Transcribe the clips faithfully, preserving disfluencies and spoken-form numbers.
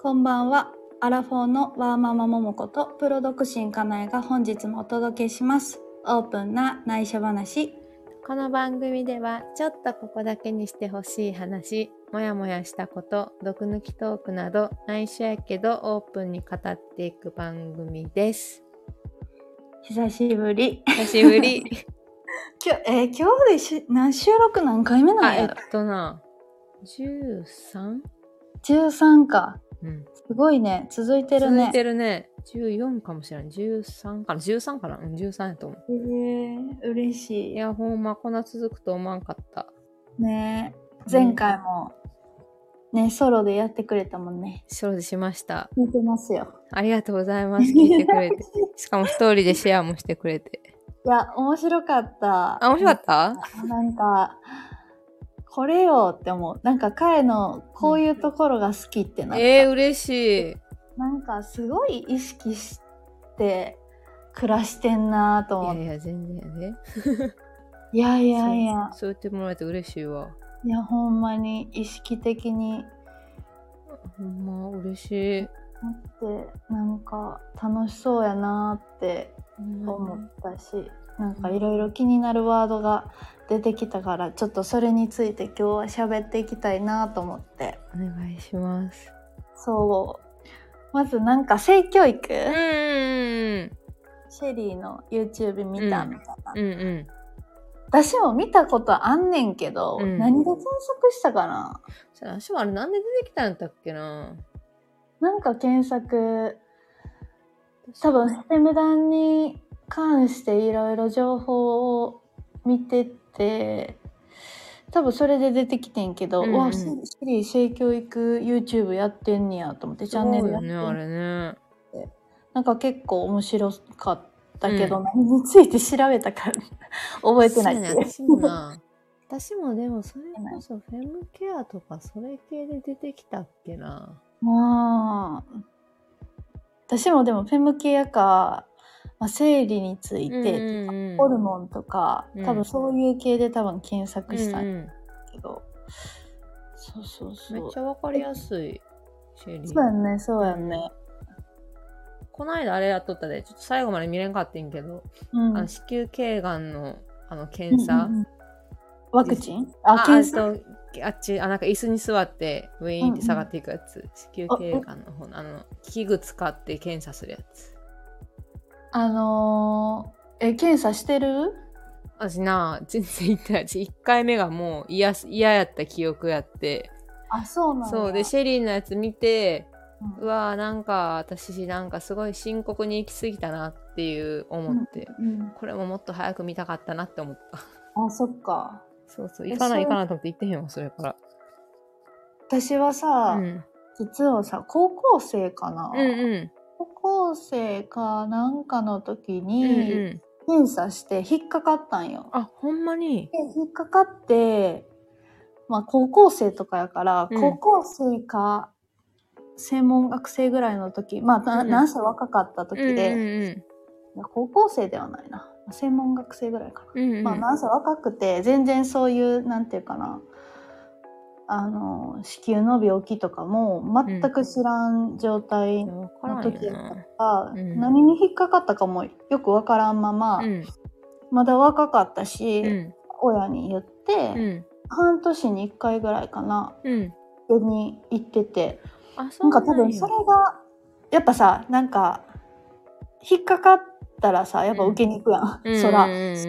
こんばんは。アラフォーのワーママももことプロ独身かなえが本日もお届けします。オープンな内緒話。 この番組ではちょっとここだけにしてほしい話、もやもやしたこと、毒抜きトークなど内緒やけどオープンに語っていく番組です。 久しぶり。 久しぶり。 今日、えー、今日でし何収録何回目なんあ、えっやろとな、じゅうさん? じゅうさんか。 うん。 すごいね。続いてるね。 続いてるね。じゅうよんかもしれない。じゅうさんかな ?じゅうさん かなうん、じゅうさんやと思う。 えー、嬉しい。 いや、ほんま、こんな続くと思わんかった。 ねえ。前回も、ね、ソロでやってくれたもんね。 ソロでしました。 聞いてますよ。 ありがとうございます。聞いてくれて。しかも一人でシェアもしてくれて。 いや、面白かった。 あ、面白かった？ なんか、これよって思う。なんか、彼のこういうところが好きってなった。 えー、嬉しい。 なんか、すごい意識して暮らしてんなと思って。 いやいや、全然やで。 いやいやいや。 そう、そう言ってもらえて嬉しいわ。 いや、ほんまに意識的に。 ほんま、嬉しい。 だって、なんか、楽しそうやなって思ったし、うん、なんかいろいろ気になるワードが出てきたから、ちょっとそれについて今日は喋っていきたいなと思って。 お願いします。 そう。まずなんか性教育、うんうんシェリーの YouTube 見たみたいな、 うんうん、 私も見たことあんねんけど、うん、何で検索したかな。 私もあれなんで出てきたんだっけな。 なんか検索、多分フェムダンに関していろいろ情報を見てて、多分それで出てきてんけど、うんうん、わ、シリー性教育 YouTube やってんねやと思って、チャンネルやってんねあれね。 なんか結構面白かったけど、うん、何について調べたから覚えてないっていう。 私もな。私もでもそれこそフェムケアとかそれ系で出てきたっけな。 まあ、私もでもフェムケアか、まあ、生理について、うんうん、ホルモンとか、うん、多分そういう系で多分検索したんだけど、うんうん、そうそうそう。 めっちゃわかりやすい。 シェリー。そうやんね、そうやんね。 この間あれやっとったで、ちょっと最後まで見れんかってんけど、うん、あの子宮頸がんのあの検査、うんうん、 ワクチン？あ、検査。 あ、あっち、あ、なんか椅子に座って上に下がっていくやつ、うんうん、子宮頸がんの方のあの器具使って検査するやつ。 あのー、え検査してる？ 私な、全然行ってないし、いっかいめがもう嫌嫌やった記憶やって。 あ、そうなんだ。 そうでシェリーのやつ見て。うん、うわーなんか私なんかすごい深刻に行き過ぎたなっていう思って、うんうん、これももっと早く見たかったなって思った。 あ、そっか。 そうそう行かない行かないと思って行ってへんわそれから。 私はさ、うん、実はさ高校生かな、 うんうん、 高校生かなんかの時に検査して引っかかったんよ。 うんうん、あほんまに？ で引っかかってまあ高校生とかやから、うん、高校生か専門学生ぐらいの時、まあ、うん、何歳若かった時で、うんうんうん、高校生ではないな、専門学生ぐらいかな、うんうん、まあ何歳若くて全然そういうなんていうかな、あの子宮の病気とかも全く知らん状態の時だったから、うん、何に引っかかったかもよくわからんまま、うん、まだ若かったし、うん、親に言って、うん、半年にいっかいぐらいかな、うん、病院に行ってて、 あ、そうなんや。 なんか多分それがやっぱさなんか引っかかったらさやっぱ受けに行くやん、うん、そら、うん、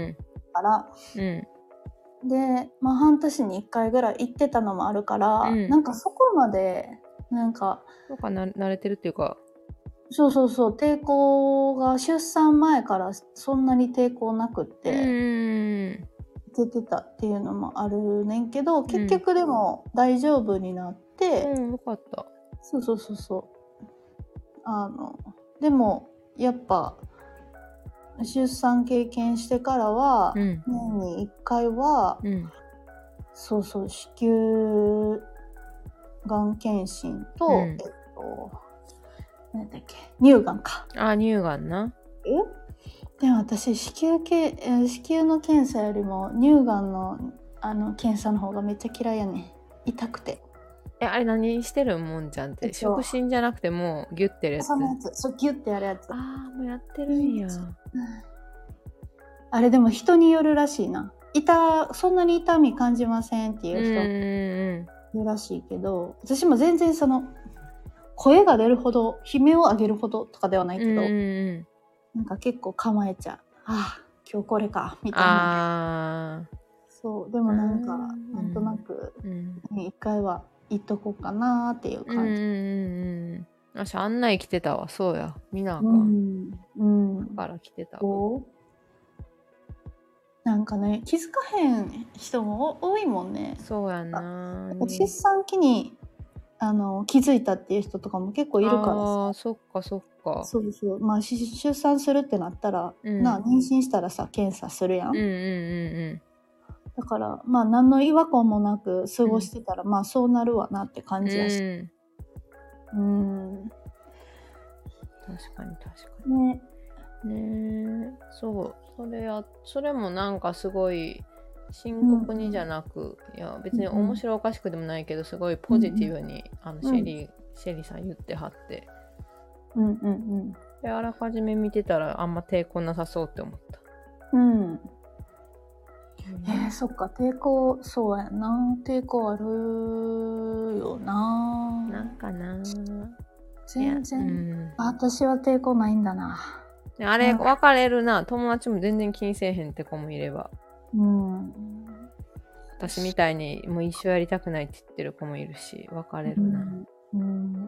から、うん、でまあ半年にいっかいぐらい行ってたのもあるから、うん、なんかそこまでなんかそうかな慣れてるっていうか、 そうそうそう抵抗が出産前からそんなに抵抗なくって、うん出てたっていうのもあるねんけど、結局でも大丈夫になって、 うん、よかった。 そうそうそうそうあのでもやっぱ出産経験してからは、うん、年にいっかいは、うん、そうそう子宮がん検診と、うん、えっと何だっけ乳がんかあ乳がんなえでも私子宮系子宮の検査よりも乳がんのあの検査の方がめっちゃ嫌いやねん痛くてえ、あれ何してるもんちゃんって、触診じゃなくてもうギュッてやるやつ。 そのやつ、そうギュッてやるやつ。 ああ、もうやってるんや。 あれでも人によるらしいな。痛そんなに痛み感じませんっていう人いるらしいけど、私も全然その声が出るほど悲鳴を上げるほどとかではないけど、うんうん、なんか結構構えちゃう。ああ今日これかみたいな。あそうでもなんかなんとなく一回は行っとこうかなっていう感じ。うんうんうん。私あんない来てたわ。そうや。みなあかん。うん。だから来てたわ。 なんかね気づかへん人も多いもんね。 そうやな、 ね。出産期にあの気づいたっていう人とかも結構いるからさ。 あそっかそっか。 そうそう。まあ出産するってなったら、うん、な妊娠したらさ検査するやん。うんうんうんうん。だからまあ何の違和感もなく過ごしてたら、うん、まあそうなるわなって感じやし。うん。うん確かに確かに。ね。ねそう。それや、それもなんかすごい深刻にじゃなく、うん、いや別に面白おかしくでもないけど、すごいポジティブに、うん、あのシェリー、うん、シェリーさん言ってはって。うんうんうん。で、あらかじめ見てたらあんま抵抗なさそうって思った。 うん。うん、えー、そっか、抵抗、そうやな。抵抗あるよな。 なんかな。 全然、うん、私は抵抗ないんだな。 あれ分かれるな。友達も全然気にせえへんって子もいれば、うん、私みたいにもう一生やりたくないって言ってる子もいるし分かれるな、うんうん、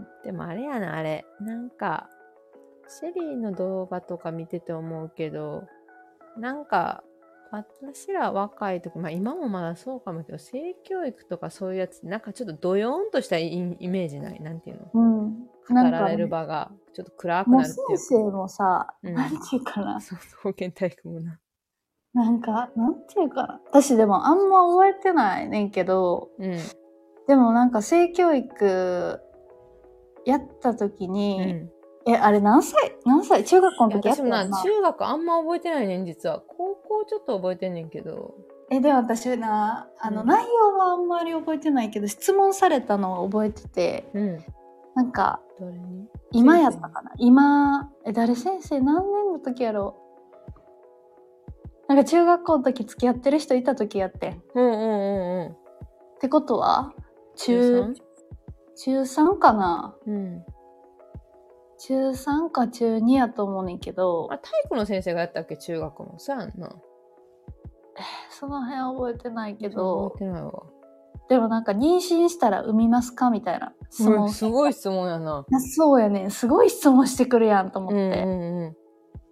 でもあれやなあれなんかシェリーの動画とか見てて思うけどなんか私ら若い時、まあ今もまだそうかもけど性教育とかそういうやつなんかちょっとドヨーンとしたイメージないなんていうの、うん語られる場がちょっと暗くなるっていうか。 もう先生もさ、うん、なんていうかな。 そうそう、保健体育もな。 なんか、なんていうかな。私でもあんま覚えてないねんけど、うん、でもなんか性教育やった時に、うん、え、あれ何歳何歳中学校の時やったよな。 私もな、中学あんま覚えてないねん、実は。高校ちょっと覚えてんねんけど。 え、でも私な、あの、うん、内容はあんまり覚えてないけど、質問されたのを覚えてて、うんなんか今やったかな今え誰先生何年の時やろうなんか中学校の時付き合ってる人いた時やってうんうんうんうんってことは中中さんかな、うん、中さんか中にやと思うねんけどあ体育の先生がやったっけ中学もそうやんなえその辺覚えてないけど覚えてないわでもなんか妊娠したら産みますかみたいな質問、 うん、すごい質問やな。 そうやねんすごい質問してくるやんと思って、うんうんうん、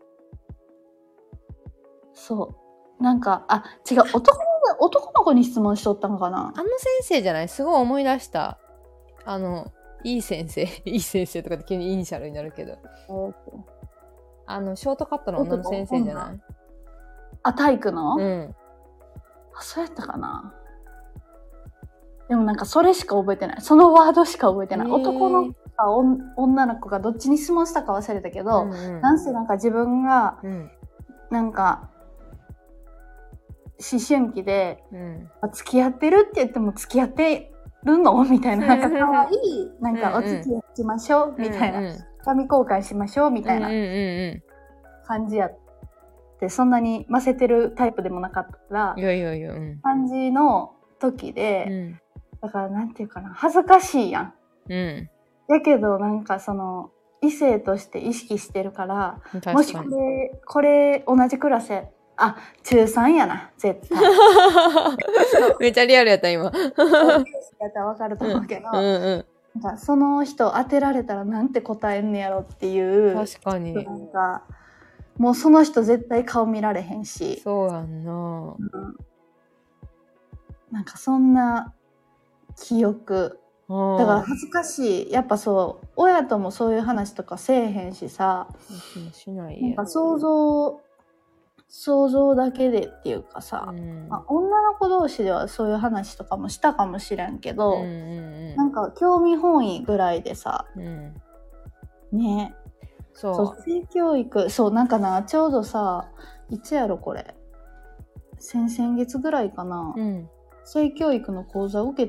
そうなんかあ違う男の男の子に質問しとったのかなあの先生じゃないすごい思い出したあのいい先生いい先生とかって急にイニシャルになるけどあのショートカットの女の先生じゃないあ体育のうんあそうやったかなでもなんかそれしか覚えてないそのワードしか覚えてない男の子か女の子がどっちに質問したか忘れたけど、うんうん、なんせなんか自分が、うん、なんか思春期で、うん、付き合ってるって言っても付き合ってるのみたいななんか可愛いなんかお付き合いしましょう、うんうん、みたいな、うんうん、紙交換しましょうみたいな感じやってそんなにませてるタイプでもなかったらいやいやいや、うん、 感じの時で、うんだからなんていうかな恥ずかしいやん。うん。だけどなんかその異性として意識してるからもしこれこれ同じクラスやあ中さんやな絶対。 めっちゃリアルやった今。やったらわかると思うけど、うんうんうん、なんかその人当てられたらなんて答えんねやろっていう。 確かに。 なんかもうその人絶対顔見られへんし。 そうやんな。うん、 なんかそんな。記憶だから恥ずかしいやっぱそう親ともそういう話とかせえへんしさしないなんか想像想像だけでっていうかさ、うんまあ、女の子同士ではそういう話とかもしたかもしれんけど、うんうんうん、なんか興味本位ぐらいでさ、うん、ねそうそう性教育そうなんかなちょうどさいつやろこれ先々月ぐらいかな、うん性教育の講座を受けてん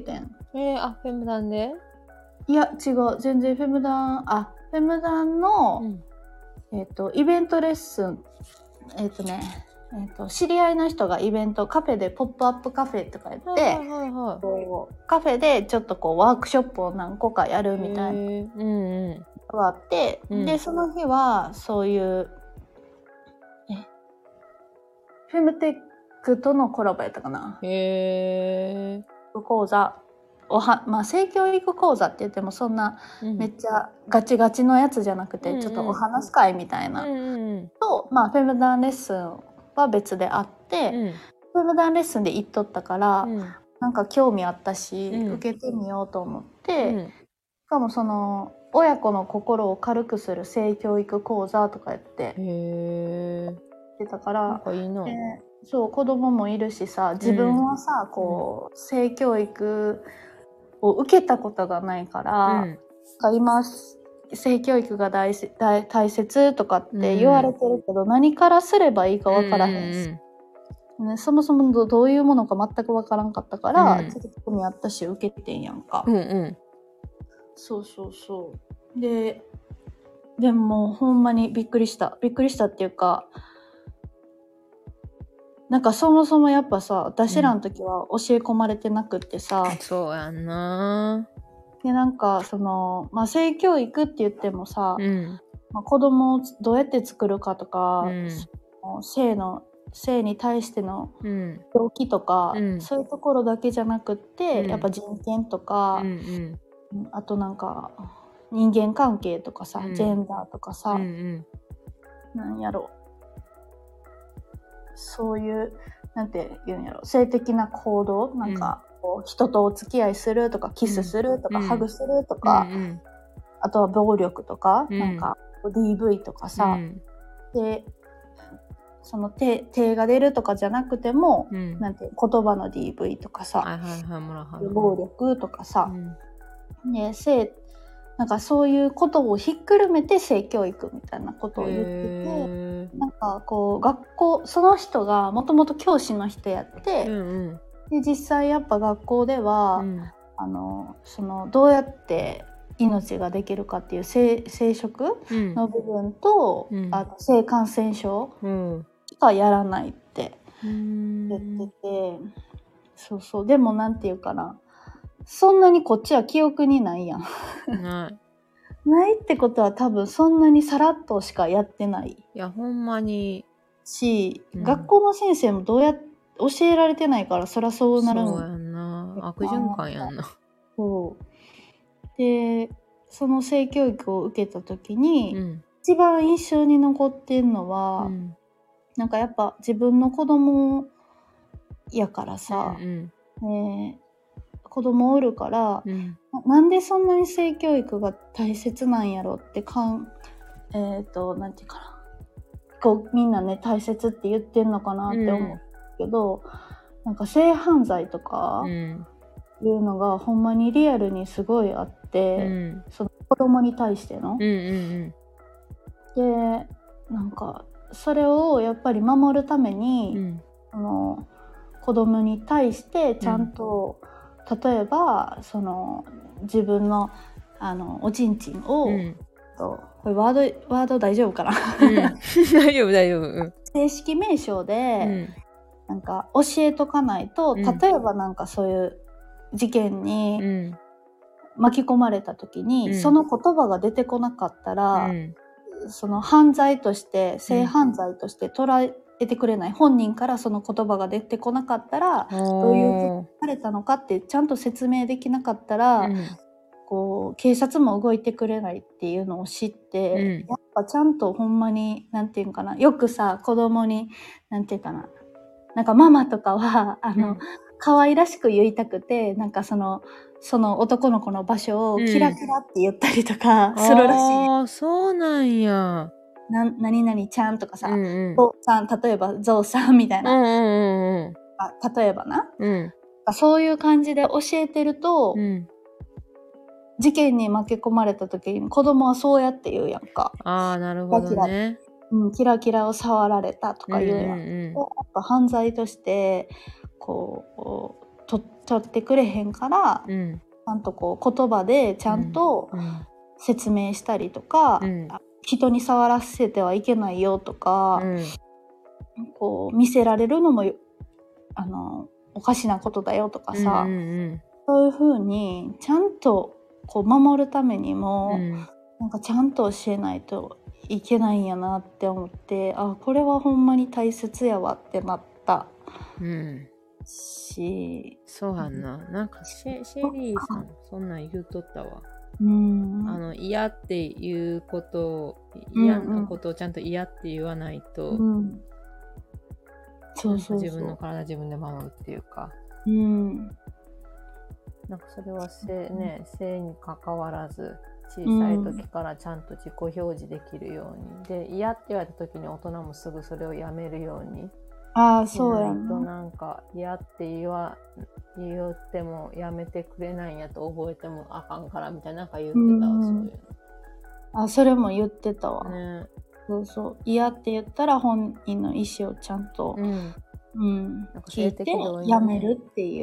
えー、あ、フェムダンで？ いや、違う。全然フェムダン、あ、フェムダンの、うん、えっと、イベントレッスン、えっとね、えっと、知り合いの人がイベント、カフェでポップアップカフェとかやって、はいはいはい、こうカフェでちょっとこうワークショップを何個かやるみたいなのがあって、うんうん、で、その日はそういう、え、フェムテックとのコラボやったかな。へー。講座。おはまあ、性教育講座って言ってもそんなめっちゃガチガチのやつじゃなくて、うん、ちょっとお話会みたいな、うんうん、と、まあ、フェムダンレッスンは別であって、うん、フェムダンレッスンで行っとったから、うん、なんか興味あったし、うん、受けてみようと思って、うん、しかもその親子の心を軽くする性教育講座とかやってへーってたから、なんかいいな、えー、そう子供もいるしさ、自分はさ、うん、こう性教育を受けたことがないから、うん、今性教育が 大, 大, 大切とかって言われてるけど、うん、何からすればいいか分からへんし、うんね、そもそも ど, どういうものか全く分からんかったから、うん、ちょっと興味あったし受けてんやんか、うんうん、そうそうそうででももうほんまにびっくりしたびっくりしたっていうか、なんかそもそもやっぱさ、私らの時は教え込まれてなくってさ、うん、そうやんな。でなんかその、まあ、性教育って言ってもさ、うんまあ、子供をどうやって作るかとか、うん、性の性に対しての病気とか、うん、そういうところだけじゃなくって、うん、やっぱ人権とか、うんうん、あとなんか人間関係とかさ、うん、ジェンダーとかさ、うんうん、なんやろそういうなんて言うんやろ性的な行動なんか、うんこう人とお付き合いするとかキスするとか、うん、ハグするとか、うんうん、あとは暴力とか、うん、なんか ディーブイ とかさ、うん、でその 手, 手が出るとかじゃなくても、うん、なんて言葉の ディーブイ とかさ、はいはいはい、暴力とかさ、うん、で性なんかそういうことをひっくるめて性教育みたいなことを言ってて、なんかこう学校その人がもともと教師の人やって、うんうんで実際やっぱ学校では、うん、あのそのどうやって命ができるかっていう 生, 生殖の部分と、うん、あと性感染症しかやらないって言ってて、うん、そうそうでもなんていうかなそんなにこっちは記憶にないやんないないってことは多分そんなにさらっとしかやってないいやほんまにし、うん、学校の先生もどうやって教えられてないからそりゃそうなるんそうやんな悪循環やんなそうでその性教育を受けた時に、うん、一番印象に残ってんのは、うん、なんかやっぱ自分の子供やからさ、うんうんね、子供おるから、うん、な, なんでそんなに性教育が大切なんやろってかんえっ、ー、となんていうかなこうみんなね大切って言ってんのかなって思う、うんけどなんか性犯罪とかいうのがほんまにリアルにすごいあって、うん、その子供に対しての、うんうんうん、でなんかそれをやっぱり守るために、うん、その子供に対してちゃんと、うん、例えばその自分のあのおちんちんを、うん、とこれワードワード大丈夫かな、うん、大丈夫大丈夫、うん、正式名称で、うんなんか教えとかないと、例えばなんかそういう事件に巻き込まれた時に、うん、その言葉が出てこなかったら、うん、その犯罪として性犯罪として捉えてくれない、うん、本人からその言葉が出てこなかったらどういう事件されたのかってちゃんと説明できなかったら、うん、こう警察も動いてくれないっていうのを知って、うん、やっぱちゃんとほんまになんていうかなよくさ子供になんていうかななんかママとかはあの、うん、可愛らしく言いたくてなんかそのその男の子の場所をキラキラって言ったりとかするらしい、ね、ああそうなんやな何々ちゃんとかさ、うんうん、ゾウさん例えばゾウさんみたいな、うんうんうん、あ例えばな、うん、そういう感じで教えてると、うん、事件に巻き込まれた時に子供はそうやって言うやんかあーなるほどねうん、キラキラを触られたとかいうやん、うんうんうん、やっぱ犯罪としてこと取ってくれへんから、 うん、 ちゃんとこう言葉でちゃんと説明したりとか、うん、人に触らせてはいけないよとか、うん、こう見せられるのもあのおかしなことだよとかさ、うんうんうん、そういう風にちゃんとこう守るためにも、うん、なんかちゃんと教えないといけないんやなって思って、あ、これはほんまに大切やわってなった、うん、し、 そうやんな、うん、なんかシェ、シェリーさんそんなん言うとったわ。うん、あの嫌っていうことを嫌なことをちゃんと嫌って言わないと、うん、そうそうそう、自分の体自分で守るっていうか、うん、なんかそれは性、ね、性に関わらず小さい時からちゃんと自己表示できるように、で嫌って言われた時に大人もすぐそれをやめるように、ああそうやな、となんか嫌って言わ言ってもやめてくれないんやと覚えてもあかんからみたいな、なんか言ってた、うん、そういうの。あ、それも言ってたわ、ね、そうそう、嫌って言ったら本人の意思をちゃんと、うんうん、聞いてやめるっていう、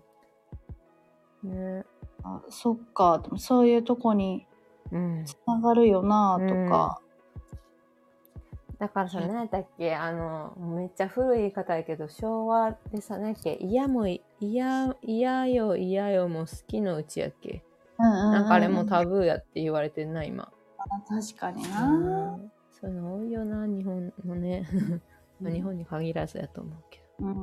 うんね、あ、そっか、でもそういうとこにつながるよなとか、うん、だからさ、何やったっけ、あのめっちゃ古い言い方やけど昭和でさ、何やっけ、嫌も嫌嫌よ嫌よも好きのうちやっけ、うんうんうん、なんかあれもタブーやって言われてんな今。あ、確かにな、うん、そういうの多いよな日本のねまあ日本に限らずやと思うけど、うん、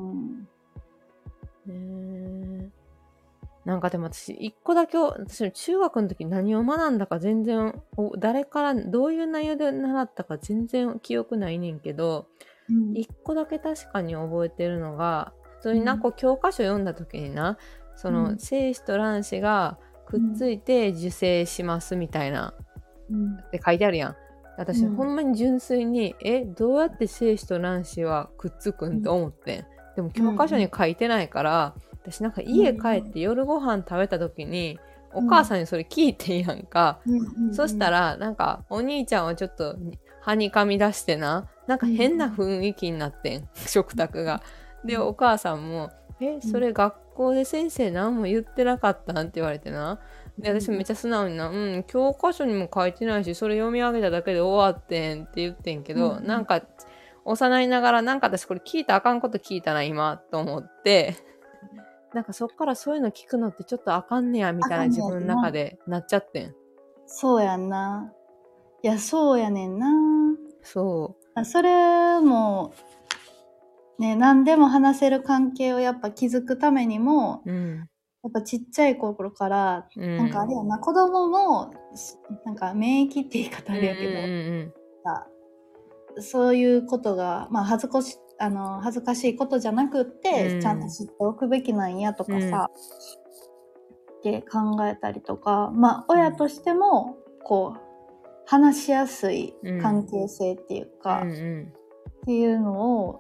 ねえ、なんかでも私一個だけ、私の中学の時何を学んだか全然、誰からどういう内容で習ったか全然記憶ないねんけど、うん、一個だけ確かに覚えてるのが、普通になんか教科書読んだ時にな、その、うん、精子と卵子がくっついて受精しますみたいな、うん、って書いてあるやん。私、うん、ほんまに純粋にえどうやって精子と卵子はくっつくんって思ってん。でも教科書に書いてないから、うん、私なんか家帰って夜ご飯食べた時に、うん、お母さんにそれ聞いてんやんか、うん、そしたらなんかお兄ちゃんはちょっとはにかみ出してな、なんか変な雰囲気になってん食卓が。でお母さんもえそれ学校で先生何も言ってなかったんって言われてな。で私めっちゃ素直にな、うん教科書にも書いてないしそれ読み上げただけで終わってんって言ってんけど、うん、なんか幼いながらなんか私これ聞いたらあかんこと聞いたな今と思って、なんかそっからそういうの聞くのってちょっとあかんねやみたいな自分の中でなっちゃってん。そうやんな。いやそうやねんな。そうそれもね、何でも話せる関係をやっぱ築くためにも、うん、やっぱちっちゃい頃から、うん、なんかあれやな、子供のなんか免疫って言い方あれやけど、うんうんうん、そういうことが、まあ、恥ずかしあの恥ずかしいことじゃなくって、うん、ちゃんと知っておくべきなんやとかさ、うん、って考えたりとか、まあ親としてもこう話しやすい関係性っていうか、うんうんうん、っていうのを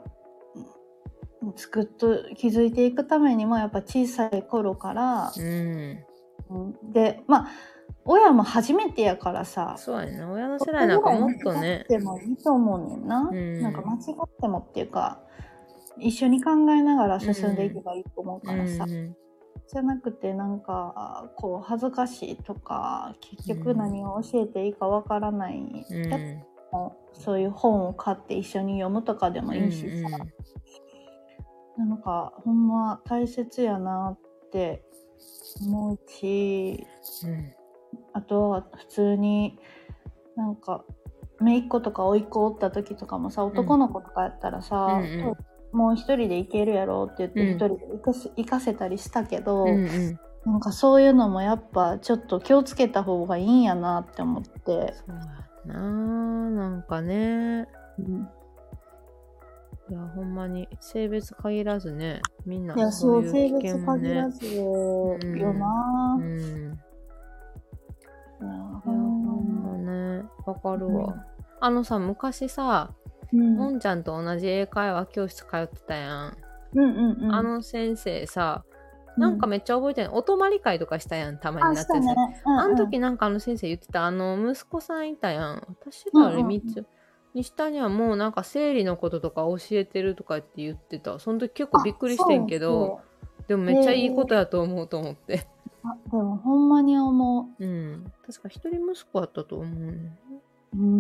作っと気づいていくためにもやっぱ小さい頃から、うん、でまあ親も初めてやからさ、そうやね、親の世代なんかもっとねでもいいと思うねんな、うん、なんか間違ってもっていうか一緒に考えながら進んでいけばいいと思うからさ、うんうん、じゃなくてなんかこう恥ずかしいとか結局何を教えていいかわからない、うん、そういう本を買って一緒に読むとかでもいいしさ、うんうん、なんかほんま大切やなって思うし、うん、あとは普通になんか姪っ子とか甥っ子おった時とかもさ、男の子とかやったらさ、うんうん、もう一人で行けるやろって言って一人で行かせ、うん、行かせたりしたけど、うんうん、なんかそういうのもやっぱちょっと気をつけた方がいいんやなって思って。そうやな、なんかね、うん、いやほんまに性別限らずね、みんなそういう危険もね、いやそう性別限らずよな、うんうん、いやほんまね、わかるわ、うん、あのさ昔さ、うん、もんちゃんと同じ英会話教室通ってたやん、うんうんうん、あの先生さ、なんかめっちゃ覚えてる、うん、お泊まり会とかしたやん、たまになってて、ね、うんうん、あの時なんかあの先生言ってた、あの息子さんいたやん、私らよりみっつ、うんうん、に下にはもうなんか生理のこととか教えてるとかって言ってた。その時結構びっくりしてんけど、 でもめっちゃいいことやと思うと思って。 あ、でもほんまに思う。うん。確か一人息子あったと思うね。 う。うん。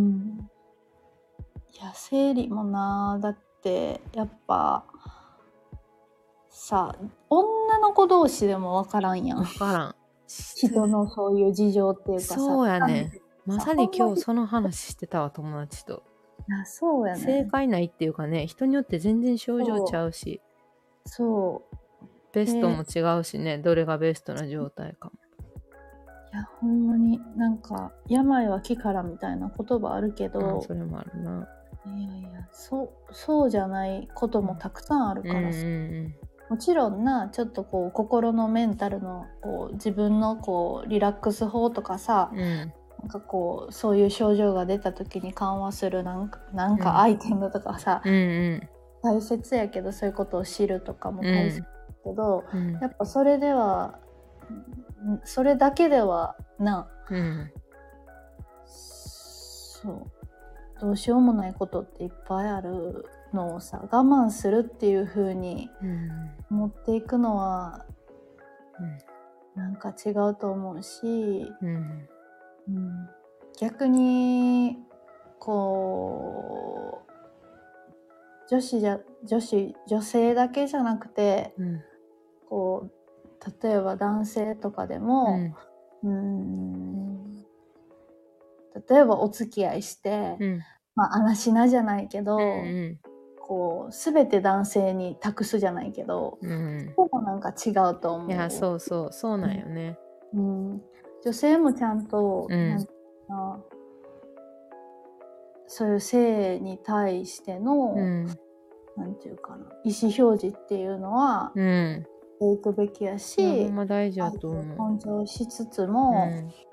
いや、生理もな、だってやっぱさ、女の子同士でもわからんやん。 わからん。 人のそういう事情っていうかさ。 そうやね。まさに今日その話してたわ、友達と。 いや、そうやね。 正解ないっていうかね、人によって全然症状ちゃうし。 そう。 ベストも違うしね、どれがベストな状態かも。 いや、ほんまになんか、病は気からみたいな言葉あるけど、 あ、それもあるな。 いやいや、そう、そうじゃないこともたくさんあるからさ。 うんうんうん、 もちろんな、ちょっとこう、心のメンタルの、こう、自分のこう、リラックス法とかさ、 うん、 なんかこう、そういう症状が出た時に緩和するなんか、なんかアイテムとかさ、 うんうん、 大切やけど、そういうことを知るとかも大切だけど、 うん、 やっぱそれでは、それだけではな、 うん、 そうどうしようもないことっていっぱいあるのをさ、我慢するっていう風に持っていくのは、うん、なんか違うと思うし、 うんうん、逆にこう女子じゃ女子女性だけじゃなくて、うん、こう例えば男性とかでも、うん、うん例えばお付き合いして、うん、まああなしなじゃないけど、うんうん、こう全て男性に託すじゃないけど、うん、ほぼなんか違うと思う。 いや、そうそうそうなんよね。 うん、女性もちゃんと、うん、なんかそういう性に対しての、うん、なんていうかな、意思表示っていうのは、うん、していくべきやし、 いやほんま大事だと思う。 尊重しつつも、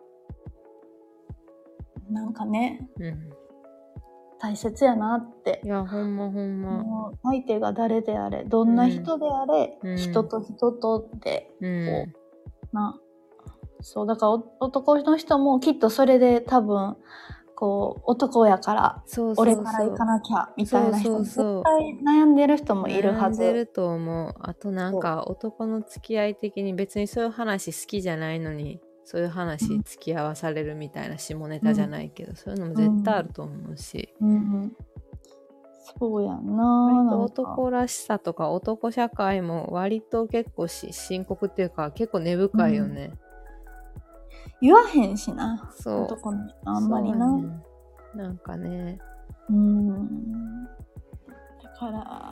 うん、なんかね、うん、大切やなって。 いやほんまほんま。 もう相手が誰であれ、どんな人であれ、うん、人と人とで、うん、こうな、そうだから男の人もきっとそれで多分こう男やから俺から行かなきゃみたいな人も絶対悩んでる人もいるはず。 悩んでると思う。あとなんか男の付き合い的に別にそういう話好きじゃないのにそういう話付き合わされるみたいな下ネタじゃないけど、うん、そういうのも絶対あると思うし、 うんうん、そうやんな。 割と男らしさとか男社会も割と結構し深刻っていうか結構根深いよね、うん言わへんしな、 そう男の人あんまりな、ね、 なんかね、 うーんだから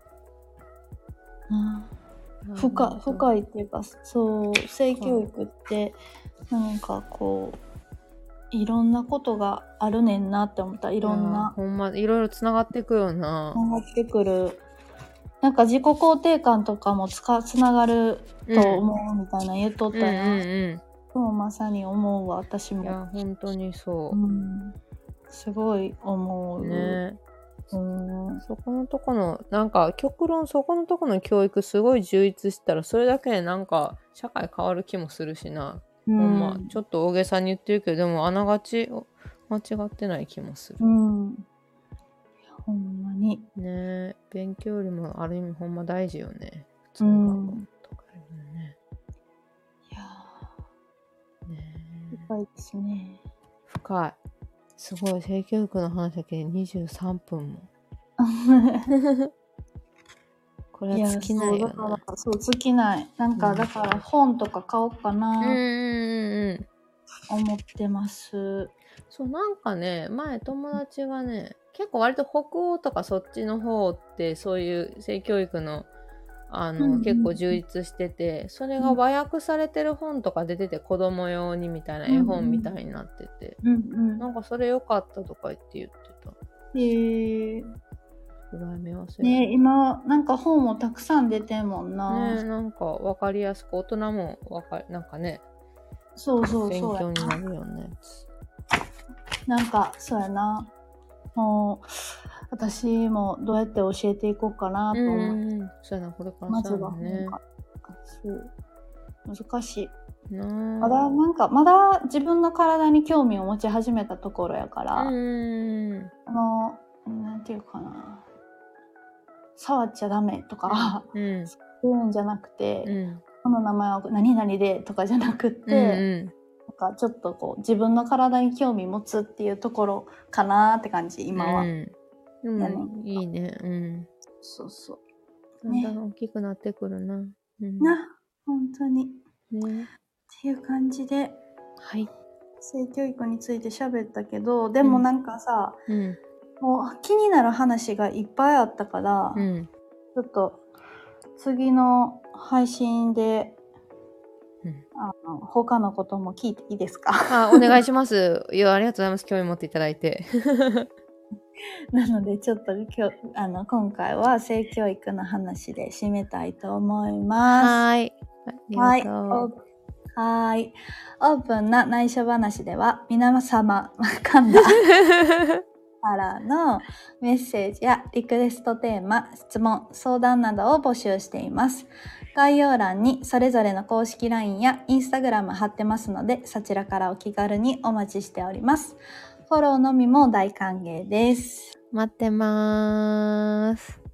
うん深い深いっていうか、そう性教育ってなんかこういろんなことがあるねんなって思った。いろんなほんまいろいろつながってくよな。 つながってくる。なんか自己肯定感とかもつかつながると思うみたいな言っとったやん。うんうんうんもまさに思うわ、私も。 いや本当にそう、 うん、すごい思うね。うん、そこのとこのなんか極論そこのとこの教育すごい充実したらそれだけでなんか社会変わる気もするしな、うん、ほんまちょっと大げさに言ってるけどでもあながち間違ってない気もする。 うん、ほんまにね。勉強よりもある意味ほんま大事よね。普通の学校とかよりもね。 いや深いですね。 深い。すごい性教育の話だけでにじゅうさんぷんも。これは尽きないよな。 そうだからそう尽きない。なんか、うん、だから本とか買おうかなって思ってます。 そうなんかね前友達がね結構割と北欧とかそっちの方ってそういう性教育のあの、うんうん、結構充実しててそれが和訳されてる本とか出てて、うん、子供用にみたいな絵本みたいになってて、うんうん、なんかそれ良かったとか言って言ってた。 へえー。ね今なんか本もたくさん出てんもんな。 ねなんか分かりやすく大人もわかなんかねそうそうそう勉強になるよね。 なんかそうやなもう私もどうやって教えていこうかなと思う。うん、 そうやなこれからまずはね。そう難しい。まだなんかまだ自分の体に興味を持ち始めたところやから、うんあのなんていうかな触っちゃダメとか、うん、 言うんじゃなくて、 うん、 この名前は何々でとかじゃなくって、 うんうん、 なんかちょっとこう自分の体に興味持つっていうところかなって感じ今は、 うん、でもやねいいね。うん。 そうそうだんだん大きくなってくるな。うん、 な本当に、 ね、 っていう感じで、 はい。 性教育について喋ったけど、でもなんかさ、 うん、 もう気になる話がいっぱいあったから、 うん、 ちょっと次の配信で、 うん、 あの他のことも聞いていいですか？ あ、お願いします。いや、ありがとうございます。興味持っていただいて。 なのでちょっと今日あの今回は性教育の話で締めたいと思います。 はい。ありがとう。 はい。オープンな内緒話では皆様噛んだからのメッセージやリクエストテーマ、質問、相談などを募集しています。概要欄にそれぞれの公式 ライン や インスタグラム 貼ってますので、そちらからお気軽にお待ちしております。フォローのみも大歓迎です。 待ってまーす。